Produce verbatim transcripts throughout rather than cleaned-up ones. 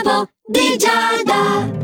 L'oroscopo di Giada.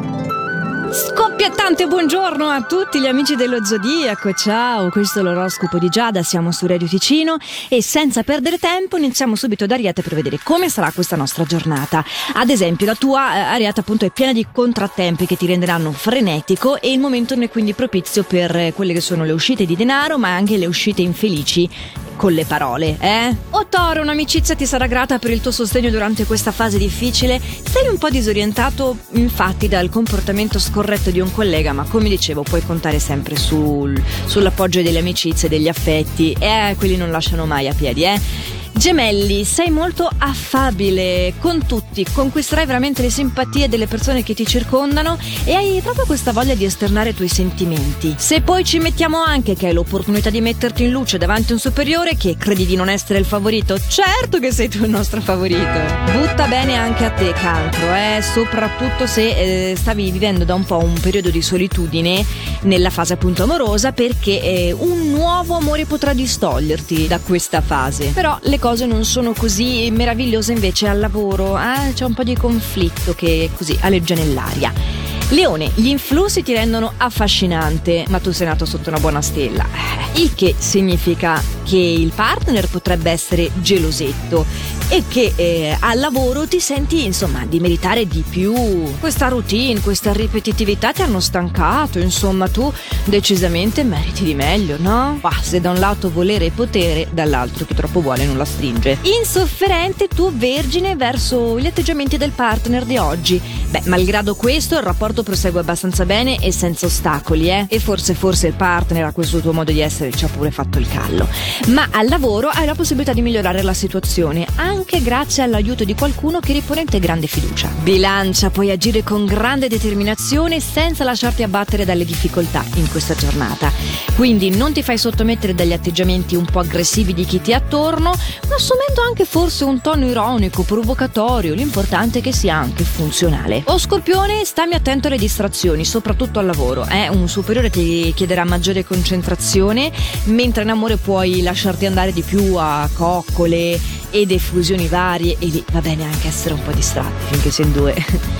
Scoppiettante buongiorno a tutti gli amici dello Zodiaco, ciao, questo è l'oroscopo di Giada, siamo su Radio Ticino e senza perdere tempo iniziamo subito da Ariete per vedere come sarà questa nostra giornata. Ad esempio la tua eh, Ariete appunto è piena di contrattempi che ti renderanno frenetico e il momento non è quindi propizio per eh, quelle che sono le uscite di denaro ma anche le uscite infelici con le parole, eh? O Toro, un'amicizia ti sarà grata per il tuo sostegno durante questa fase difficile. Sei un po' disorientato infatti dal comportamento scorretto di un collega, ma come dicevo puoi contare sempre sul, sull'appoggio delle amicizie, degli affetti, e eh, quelli non lasciano mai a piedi, eh? Gemelli, sei molto affabile con tutti, conquisterai veramente le simpatie delle persone che ti circondano e hai proprio questa voglia di esternare i tuoi sentimenti. Se poi ci mettiamo anche che hai l'opportunità di metterti in luce davanti a un superiore che credi di non essere il favorito, certo che sei tu il nostro favorito. Butta bene anche a te, Cancro, eh? soprattutto se eh, stavi vivendo da un po' un periodo di solitudine nella fase appunto amorosa, perché eh, un nuovo amore potrà distoglierti da questa fase. Però le cose non sono così meravigliose invece al lavoro, eh? C'è un po' di conflitto che così aleggia nell'aria. Leone, gli influssi ti rendono affascinante, ma tu sei nato sotto una buona stella, il che significa che il partner potrebbe essere gelosetto e che eh, al lavoro ti senti insomma di meritare di più. Questa routine, questa ripetitività ti hanno stancato, insomma tu decisamente meriti di meglio, no? Bah, se da un lato volere e potere, dall'altro chi troppo vuole non la stringe. Insofferente tu, Vergine, verso gli atteggiamenti del partner di oggi. Beh, malgrado questo il rapporto prosegue abbastanza bene e senza ostacoli, eh? E forse forse il partner a questo tuo modo di essere ci ha pure fatto il callo. Ma al lavoro hai la possibilità di migliorare la situazione, anche grazie all'aiuto di qualcuno che ripone in te grande fiducia. Bilancia, puoi agire con grande determinazione senza lasciarti abbattere dalle difficoltà in questa giornata. Quindi non ti fai sottomettere dagli atteggiamenti un po' aggressivi di chi ti è attorno, ma assumendo anche forse un tono ironico, provocatorio, l'importante è che sia anche funzionale. O Scorpione, stammi attento alle distrazioni, soprattutto al lavoro, eh? Un superiore ti chiederà maggiore concentrazione, mentre in amore puoi lasciarti andare di più a coccole ed effusioni varie, e lì va bene anche essere un po' distratti finché sei in due.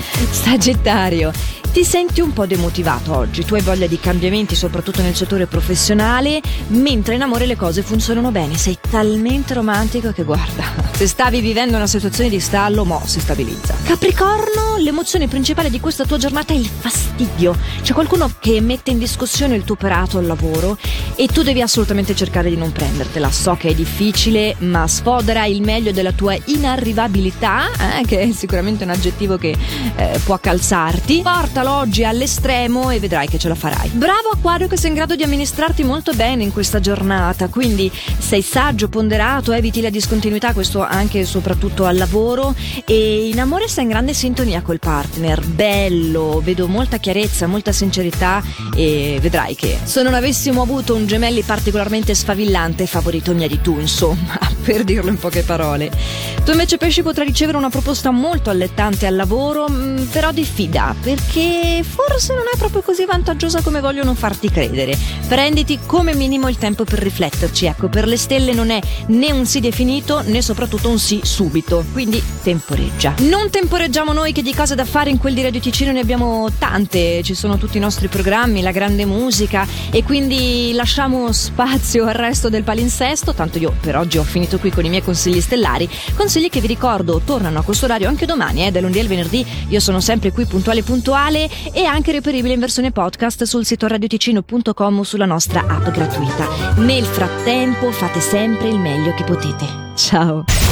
Sagittario, ti senti un po' demotivato oggi, tu hai voglia di cambiamenti soprattutto nel settore professionale, mentre in amore le cose funzionano bene, sei talmente romantico che guarda, se stavi vivendo una situazione di stallo, mo si stabilizza. Capricorno, l'emozione principale di questa tua giornata è il fastidio, c'è qualcuno che mette in discussione il tuo operato al lavoro e tu devi assolutamente cercare di non prendertela, so che è difficile ma sfodera il meglio della tua inarrivabilità, eh, che è sicuramente un aggettivo che eh, può calzarti, portalo oggi all'estremo e vedrai che ce la farai. Bravo Acquario, che sei in grado di amministrarti molto bene in questa giornata, quindi sei saggio, ponderato, eviti la discontinuità, questo anche e soprattutto al lavoro, e in amore sei in grande sintonia col partner, bello, vedo molta chiarezza, molta sincerità e vedrai che se non avessimo avuto un Gemelli particolarmente sfavillante, favorito mi eri tu, insomma, per dirlo in poche parole. Tu invece Pesci potrai ricevere una proposta molto allettante al lavoro, mh, però diffida, perché forse non è proprio così vantaggiosa come vogliono farti credere. Prenditi come minimo il tempo per rifletterci, ecco, per le stelle non è né un sì definito né soprattutto un sì subito, quindi temporeggia. Non temporeggiamo noi, che di cose da fare in quel di Radio Ticino ne abbiamo tante, ci sono tutti i nostri programmi, la grande musica, e quindi lasciamo spazio al resto del palinsesto, tanto io per oggi ho finito qui con i miei consigli stellari, consigli che vi ricordo tornano a questo orario anche domani, eh, dal lunedì al venerdì, io sono sempre qui puntuale puntuale e anche reperibile in versione podcast sul sito radioticino punto com o sulla nostra app gratuita. Nel frattempo fate sempre il meglio che potete. Ciao!